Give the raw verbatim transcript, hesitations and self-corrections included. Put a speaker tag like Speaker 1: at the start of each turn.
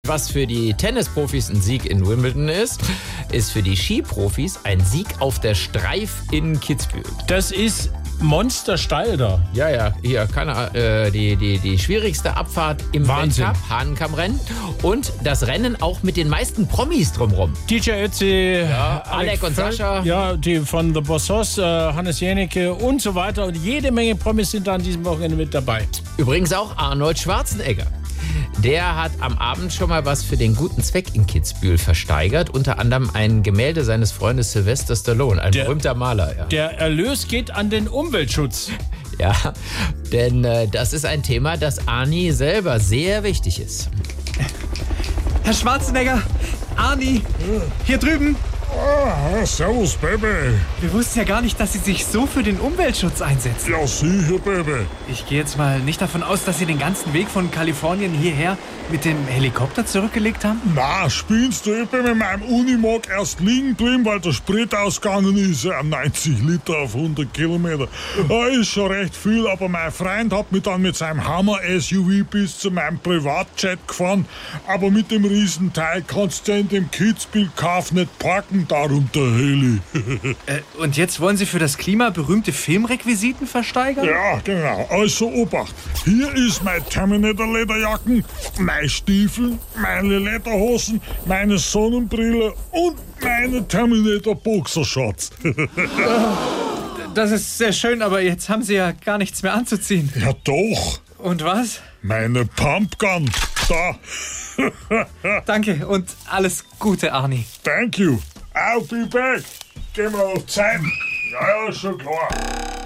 Speaker 1: was für die Tennisprofis ein Sieg in Wimbledon ist, ist für die Skiprofis ein Sieg auf der Streif in Kitzbühel.
Speaker 2: Das ist monstersteil da.
Speaker 1: Ja, ja, hier keine, äh, die, die, die schwierigste Abfahrt im
Speaker 2: Wahnsinn.
Speaker 1: Weltcup, Hahnenkammrennen. Und das Rennen auch mit den meisten Promis drumherum.
Speaker 2: D J Ötzi,
Speaker 1: Ja, Alec und
Speaker 2: Völl-
Speaker 1: Sascha.
Speaker 2: Ja, die von The Bossos, äh, Hannes Jänecke und so weiter. Und jede Menge Promis sind da an diesem Wochenende mit dabei.
Speaker 1: Übrigens auch Arnold Schwarzenegger. Der hat am Abend schon mal was für den guten Zweck in Kitzbühel versteigert. Unter anderem ein Gemälde seines Freundes Sylvester Stallone, ein
Speaker 2: Der-
Speaker 1: berühmter Maler. Ja,
Speaker 2: Der Erlös geht an den Umweltschutz.
Speaker 1: ja denn äh, das ist ein Thema, das Arnie selber sehr wichtig ist.
Speaker 3: Herr Schwarzenegger, Arnie, hier drüben.
Speaker 4: Ah, servus, Baby.
Speaker 3: Wir wussten ja gar nicht, dass Sie sich so für den Umweltschutz einsetzen.
Speaker 4: Ja, sicher, Baby.
Speaker 3: Ich gehe jetzt mal nicht davon aus, dass Sie den ganzen Weg von Kalifornien hierher mit dem Helikopter zurückgelegt haben?
Speaker 4: Na, spielst du? Ich bin mit meinem Unimog erst liegen geblieben, weil der Sprit ausgegangen ist. Ja, neunzig Liter auf hundert Kilometer. Ja, ist schon recht viel, aber mein Freund hat mich dann mit seinem Hammer-S U V bis zu meinem Privatjet gefahren. Aber mit dem Riesenteil kannst du in dem Kitzbühel-Kauf nicht parken, darum der Heli.
Speaker 3: Äh, und jetzt wollen Sie für das Klima berühmte Filmrequisiten versteigern?
Speaker 4: Ja, genau. Also Obacht. Hier ist mein Terminator-Lederjacken, meine Stiefel, meine Lederhosen, meine Sonnenbrille und meine Terminator-Boxershorts.
Speaker 3: Das ist sehr schön, aber jetzt haben Sie ja gar nichts mehr anzuziehen.
Speaker 4: Ja doch,
Speaker 3: Und was?
Speaker 4: meine Pumpgun. Da.
Speaker 3: Danke und alles Gute, Arnie.
Speaker 4: Thank you. I'll be back. Geh mal auf Zeit. Ja, ja, schon klar.